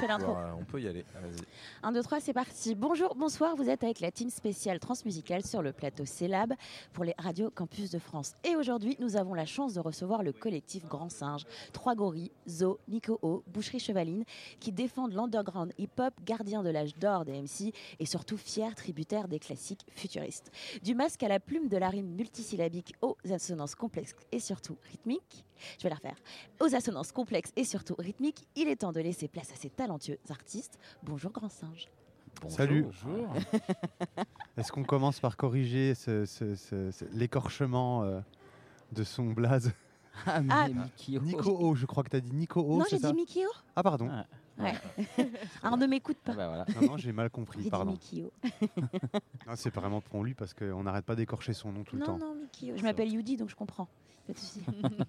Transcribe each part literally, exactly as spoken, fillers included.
fais l'intro. On peut y aller. Vas-y. un, deux, trois, c'est parti. Bonjour, bonsoir, vous êtes avec la team spéciale transmusicale sur le plateau C-Lab pour les radios Campus de France. Et aujourd'hui, nous avons la chance de recevoir le collectif Grand Singe, trois gorilles, Zo, Nico O, Boucherie Chevaline, qui défendent l'underground hip-hop, gardien de l'âge d'or des M C et surtout fiers tributaires des classiques futuristes. Du masque à la plume, de la rime multisyllabique aux assonances complexes et surtout rythmiques. Je vais la refaire. Aux assonances complexes et surtout rythmiques, il est temps de laisser place à ces talentueux artistes. Bonjour Grand Singe. Bonjour. Salut. Bonjour. Est-ce qu'on commence par corriger ce, ce, ce, ce, l'écorchement euh, de son blaze? Ah, ah Nico O, je crois que tu as dit Nico O. Non, c'est j'ai ça dit Mikio. Ah, pardon. Ah. Ouais. Alors ne m'écoute pas. Ah bah voilà. Non, non, j'ai mal compris, j'ai pardon. Dit Mikio. Non, c'est vraiment pour lui parce qu'on n'arrête pas d'écorcher son nom tout non, le temps. Non, non, Mikio. Je m'appelle Yudi, donc je comprends. Pas de souci.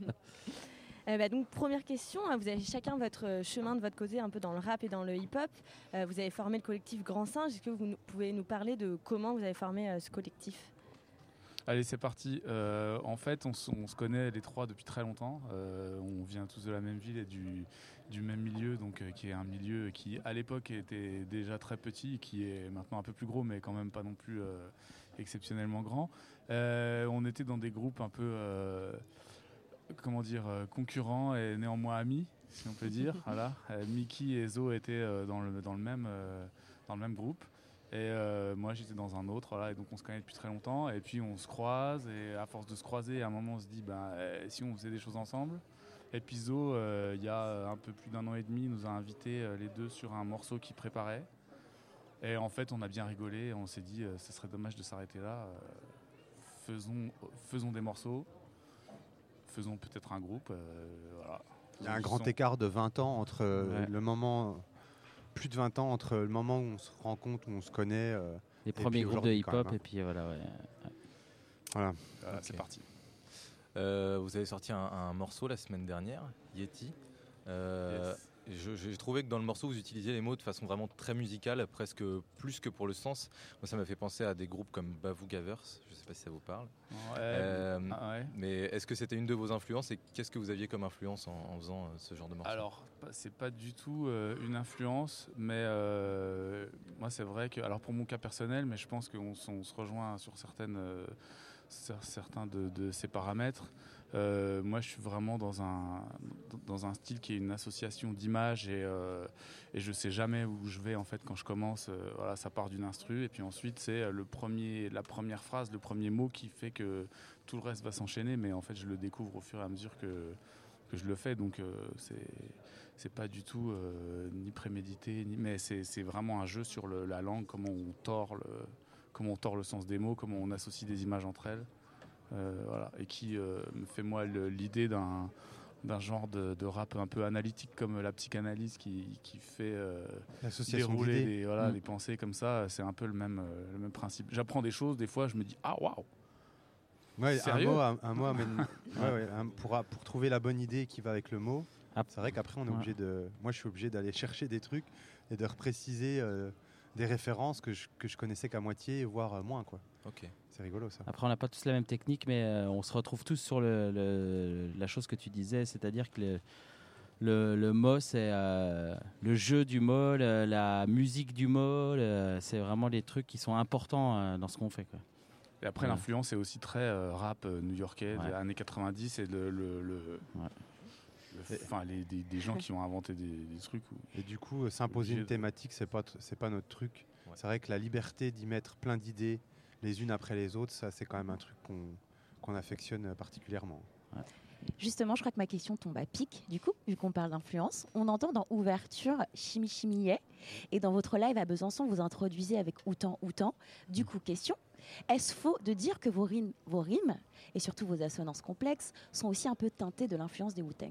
Euh, bah donc première question, hein, vous avez chacun votre chemin de votre côté un peu dans le rap et dans le hip-hop. Euh, vous avez formé le collectif Grand Singe. Est-ce que vous nous, pouvez nous parler de comment vous avez formé euh, ce collectif? Allez, c'est parti. Euh, en fait, on, on se connaît les trois depuis très longtemps. Euh, on vient tous de la même ville et du, du même milieu, donc euh, qui est un milieu qui à l'époque était déjà très petit, qui est maintenant un peu plus gros, mais quand même pas non plus euh, exceptionnellement grand. Euh, on était dans des groupes un peu euh, comment dire, euh, concurrents et néanmoins amis, si on peut dire. Voilà. Euh, Mickey et Zo étaient euh, dans, le, dans, le même, euh, dans le même groupe. Et euh, moi, j'étais dans un autre. Voilà, et donc, on se connaît depuis très longtemps. Et puis, on se croise. Et à force de se croiser, à un moment, on se dit, ben, euh, si on faisait des choses ensemble. Et puis, Zo, euh, il y a un peu plus d'un an et demi, nous a invités euh, les deux sur un morceau qu'il préparait. Et en fait, on a bien rigolé. Et on s'est dit, euh, ce serait dommage de s'arrêter là. Euh, faisons, faisons des morceaux. Faisons peut-être un groupe. Euh, voilà. Il y a un grand écart de vingt ans entre euh, ouais. le moment, plus de vingt ans entre le moment où on se rencontre, où on se connaît. Euh, Les premiers groupes de hip-hop hein. Et puis voilà. Ouais. Voilà, voilà okay. C'est parti. Euh, vous avez sorti un, un morceau la semaine dernière, Yeti. Euh, yes. Je, j'ai trouvé que dans le morceau, vous utilisiez les mots de façon vraiment très musicale, presque plus que pour le sens. Moi, ça m'a fait penser à des groupes comme Bavou Gavers. Je ne sais pas si ça vous parle. Ouais, euh, ah ouais. Mais est-ce que c'était une de vos influences et qu'est-ce que vous aviez comme influence en, en faisant euh, ce genre de morceau? Alors, c'est pas du tout euh, une influence, mais euh, moi, c'est vrai que, alors pour mon cas personnel, mais je pense qu'on on se rejoint sur certaines, euh, certains de, de ces paramètres. Euh, moi, je suis vraiment dans un, dans un style qui est une association d'images et, euh, et je sais jamais où je vais en fait quand je commence. Euh, voilà, ça part d'une instru et puis ensuite c'est le premier, la première phrase, le premier mot qui fait que tout le reste va s'enchaîner. Mais en fait, je le découvre au fur et à mesure que que je le fais. Donc euh, c'est c'est pas du tout euh, ni prémédité, ni, mais c'est c'est vraiment un jeu sur le, la langue, comment on tord le, comment on tord le sens des mots, comment on associe des images entre elles. Euh, voilà, et qui euh, me fait moi le, l'idée d'un, d'un genre de, de rap un peu analytique comme la psychanalyse qui, qui fait euh, dérouler des, voilà, mmh. des pensées comme ça. C'est un peu le même, euh, le même principe. J'apprends des choses, des fois je me dis ah waouh. Ouais, un mot, un, un mot amène, ouais, ouais, un, pour, pour trouver la bonne idée qui va avec le mot. Ah. C'est vrai qu'après on est ouais. obligé de, moi je suis obligé d'aller chercher des trucs et de repréciser euh, des références que je, que je connaissais qu'à moitié, voire euh, moins quoi. Ok. C'est rigolo ça. Après on n'a pas tous la même technique, mais euh, on se retrouve tous sur le, le, la chose que tu disais, c'est-à-dire que le, le, le mot c'est euh, le jeu du mot, le, la musique du mot, le, c'est vraiment les trucs qui sont importants euh, dans ce qu'on fait quoi. Et après ouais. l'influence est aussi très euh, rap euh, new-yorkais ouais. des années quatre-vingt-dix et le, le, le, ouais. le enfin les des, des gens qui ont inventé des, des trucs où et du coup euh, s'imposer une thématique c'est pas c'est pas notre truc. Ouais. C'est vrai que la liberté d'y mettre plein d'idées les unes après les autres, ça c'est quand même un truc qu'on, qu'on affectionne particulièrement. Ouais. Justement, je crois que ma question tombe à pic, du coup, vu qu'on parle d'influence. On entend dans Ouverture Chimie Chimie et dans votre live à Besançon, vous introduisez avec Outan Outan. Du coup, question, est-ce faux de dire que vos rimes, vos rimes et surtout vos assonances complexes sont aussi un peu teintées de l'influence des Wu-Tang ?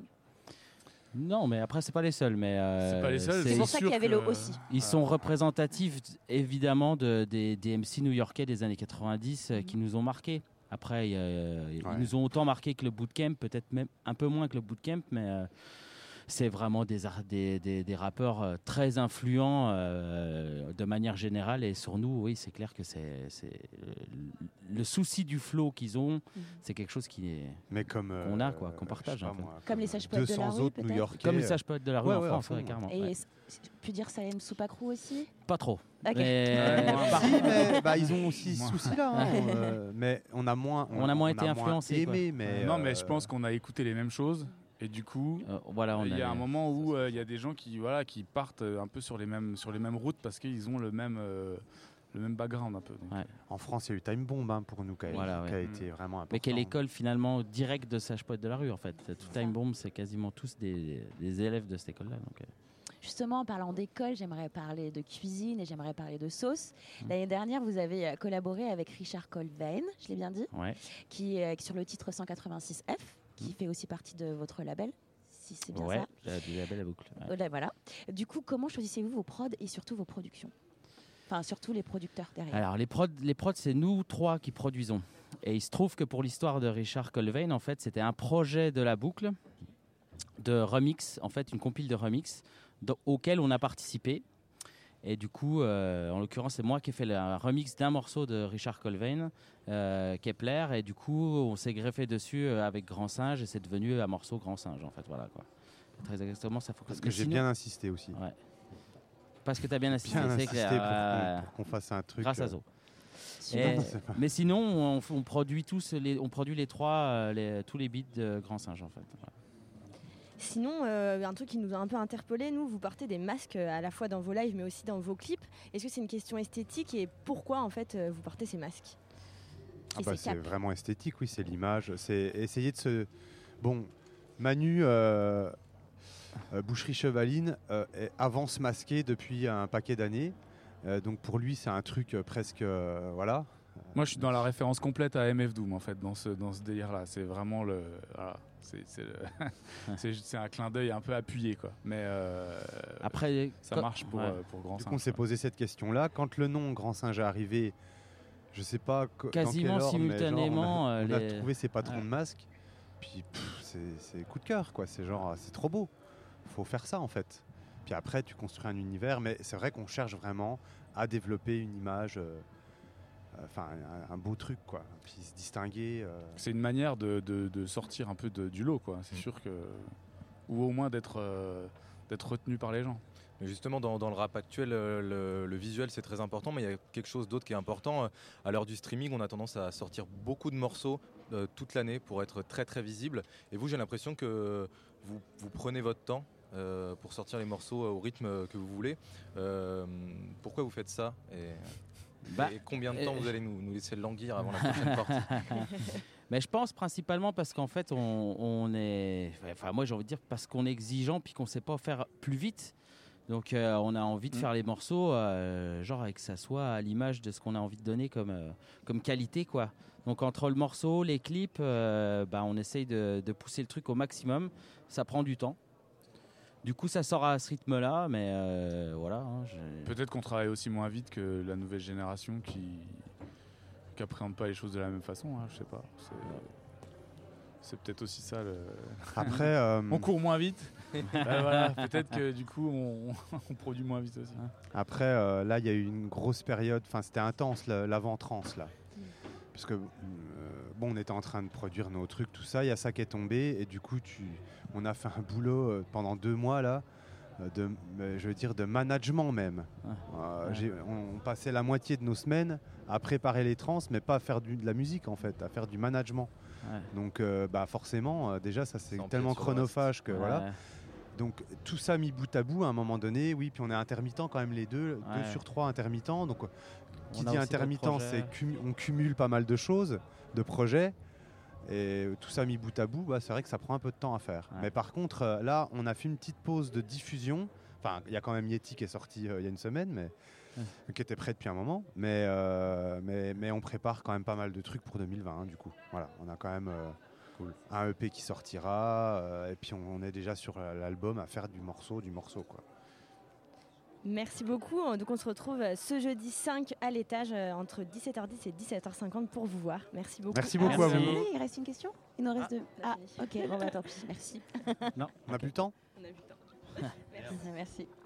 Non, mais après, c'est pas les seuls. Mais euh, c'est pas les seuls. C'est, c'est pour ça qu'il y avait que... le aussi. Ils sont représentatifs, évidemment, de, des, des M C new-yorkais des années quatre-vingt-dix mm-hmm. euh, qui nous ont marqués. Après, euh, ouais. ils nous ont autant marqué que le bootcamp, peut-être même un peu moins que le bootcamp, mais euh, c'est vraiment des, des, des, des rappeurs euh, très influents euh, de manière générale. Et sur nous, oui, c'est clair que c'est, c'est euh, le souci du flow qu'ils ont, mm-hmm. c'est quelque chose qui est, mais comme, euh, qu'on a, quoi, qu'on partage. En fait. Moi, comme, comme les sages poètes de la rue, autres New-Yorkais. Comme les sages poètes de la rue ouais, en ouais, France, ouais, ouais, carrément. Et ouais. puis dire Salem Soupacrou aussi. Pas trop. Okay. Mais... si, mais bah, ils ont aussi ce souci-là. Hein, euh, mais on a moins, on, on a moins on été influencé. Aimé, mais non, euh... mais je pense qu'on a écouté les mêmes choses. Et du coup, euh, voilà, il y a avait... un moment où il euh, y a des gens qui, voilà, qui partent un peu sur les mêmes, sur les mêmes routes parce qu'ils ont le même, euh, le même background un peu. Ouais. En France, il y a eu Time Bomb hein, pour nous, qui a, voilà, qui a ouais. été vraiment important. Mais quelle école finalement directe de Sage Poète de la rue en fait. Tout Time Bomb, c'est quasiment tous des, des élèves de cette école-là. Donc, euh... Justement, en parlant d'école, j'aimerais parler de cuisine et j'aimerais parler de sauce. Mmh. L'année dernière, vous avez collaboré avec Richard Colvin, je l'ai bien dit, ouais. qui est sur le titre cent quatre-vingt-six F, qui mmh. fait aussi partie de votre label. Si c'est bien ouais, ça. Du label à boucle. Ouais. Voilà. Du coup, comment choisissez-vous vos prods et surtout vos productions ? Enfin, surtout les producteurs derrière. Alors, les prods, les prods, c'est nous trois qui produisons. Et il se trouve que pour l'histoire de Richard Colvin, en fait, c'était un projet de la boucle de remix, en fait, une compile de remix d- auquel on a participé. Et du coup, euh, en l'occurrence, c'est moi qui ai fait le remix d'un morceau de Richard Colvin, euh, Kepler, et du coup, on s'est greffé dessus euh, avec Grand Singe, et c'est devenu un morceau Grand Singe, en fait, voilà quoi. Très exactement, ça faut. Parce que j'ai sinon... bien insisté aussi. Ouais. Parce que tu as bien insisté, bien c'est insisté clair. Pour, euh, qu'on, pour qu'on fasse un truc. Grâce à euh... Zo. Et, mais sinon, on, on produit tous les, on produit les trois, euh, les, tous les beats de Grand Singe, en fait. Voilà. Sinon, euh, un truc qui nous a un peu interpellés, nous, vous portez des masques à la fois dans vos lives, mais aussi dans vos clips. Est-ce que c'est une question esthétique et pourquoi, en fait, vous portez ces masques ? Ah bah, c'est vraiment esthétique, oui, c'est l'image. C'est essayer de se... Bon, Manu, euh, euh, Boucherie Chevaline, euh, avance masqué depuis un paquet d'années. Euh, donc pour lui, c'est un truc euh, presque... Euh, voilà. Moi, je suis dans la référence complète à M F Doom, en fait, dans ce, dans ce délire-là. C'est vraiment le... Voilà. C'est, c'est, le c'est, c'est un clin d'œil un peu appuyé, quoi. Mais euh, après, ça quand... marche pour, ouais. euh, pour Grand du Singe. coup, on s'est posé cette question-là. Quand le nom Grand Singe est arrivé, je sais pas quasiment dans quel ordre, simultanément, genre, on, a, on les... a trouvé ces patrons ouais. de masques. Puis pff, c'est, c'est coup de cœur, quoi. C'est genre, c'est trop beau. Faut faire ça, en fait. Puis après, tu construis un univers. Mais c'est vrai qu'on cherche vraiment à développer une image. Euh, Enfin, un, un beau truc, quoi. Puis se distinguer. Euh... C'est une manière de, de, de sortir un peu de, du lot, quoi. C'est mmh. sûr que. Ou au moins d'être, euh, d'être retenu par les gens. Mais justement, dans, dans le rap actuel, le, le visuel c'est très important, mais il y a quelque chose d'autre qui est important. À l'heure du streaming, on a tendance à sortir beaucoup de morceaux euh, toute l'année pour être très très visible. Et vous, j'ai l'impression que vous, vous prenez votre temps euh, pour sortir les morceaux au rythme que vous voulez. Euh, pourquoi vous faites ça ? Et... Bah, et combien de temps euh... vous allez nous, nous laisser languir avant la prochaine partie ? Mais je pense principalement parce qu'en fait, on, on est... Enfin, moi, j'ai envie de dire parce qu'on est exigeant puis qu'on ne sait pas faire plus vite. Donc, euh, on a envie de faire mmh. les morceaux, euh, genre, avec que ça soit à l'image de ce qu'on a envie de donner comme, euh, comme qualité, quoi. Donc, entre le morceau, les clips, euh, bah, on essaye de, de pousser le truc au maximum. Ça prend du temps. Du coup, ça sort à ce rythme-là, mais euh, voilà. Hein, peut-être qu'on travaille aussi moins vite que la nouvelle génération qui n'appréhende pas les choses de la même façon. Hein, je sais pas. C'est, c'est peut-être aussi ça. Le... Après, euh... on court moins vite. ben voilà, peut-être que du coup, on, on produit moins vite aussi. Après, euh, là, il y a eu une grosse période. Enfin, c'était intense l'avant-trance là. Parce que euh, bon, on était en train de produire nos trucs, tout ça. Il y a ça qui est tombé et du coup, tu, on a fait un boulot euh, pendant deux mois là, euh, de, euh, je veux dire, de management même. Ah. Euh, ouais. j'ai, on, on passait la moitié de nos semaines à préparer les trans, mais pas à faire du, de la musique en fait, à faire du management. Ouais. Donc, euh, bah forcément, euh, déjà, ça c'est tellement chronophage que ouais. voilà. Donc tout ça mis bout à bout à un moment donné, oui. Puis on est intermittent quand même les deux, ouais. deux sur trois intermittents. Donc qui dit intermittent, c'est cum- on cumule pas mal de choses, de projets, et tout ça mis bout à bout, bah, c'est vrai que ça prend un peu de temps à faire. Ouais. Mais par contre, euh, là, on a fait une petite pause de diffusion. Enfin, il y a quand même Yeti qui est sorti euh, il y a une semaine, mais ouais. qui était prêt depuis un moment. Mais, euh, mais, mais on prépare quand même pas mal de trucs pour deux mille vingt, hein, du coup. Voilà, on a quand même euh, cool. un E P qui sortira, euh, et puis on, on est déjà sur l'album à faire du morceau, du morceau, quoi. Merci beaucoup. Donc on se retrouve ce jeudi cinq à l'étage entre dix-sept heures dix et dix-sept heures cinquante pour vous voir. Merci beaucoup. Merci beaucoup Merci. à vous. Il reste une question ? Il nous reste ah, deux. Ah, ok. Bon, bah, tant pis. Merci. Non, on n'a plus le temps ? On n'a plus le temps. Merci. Merci.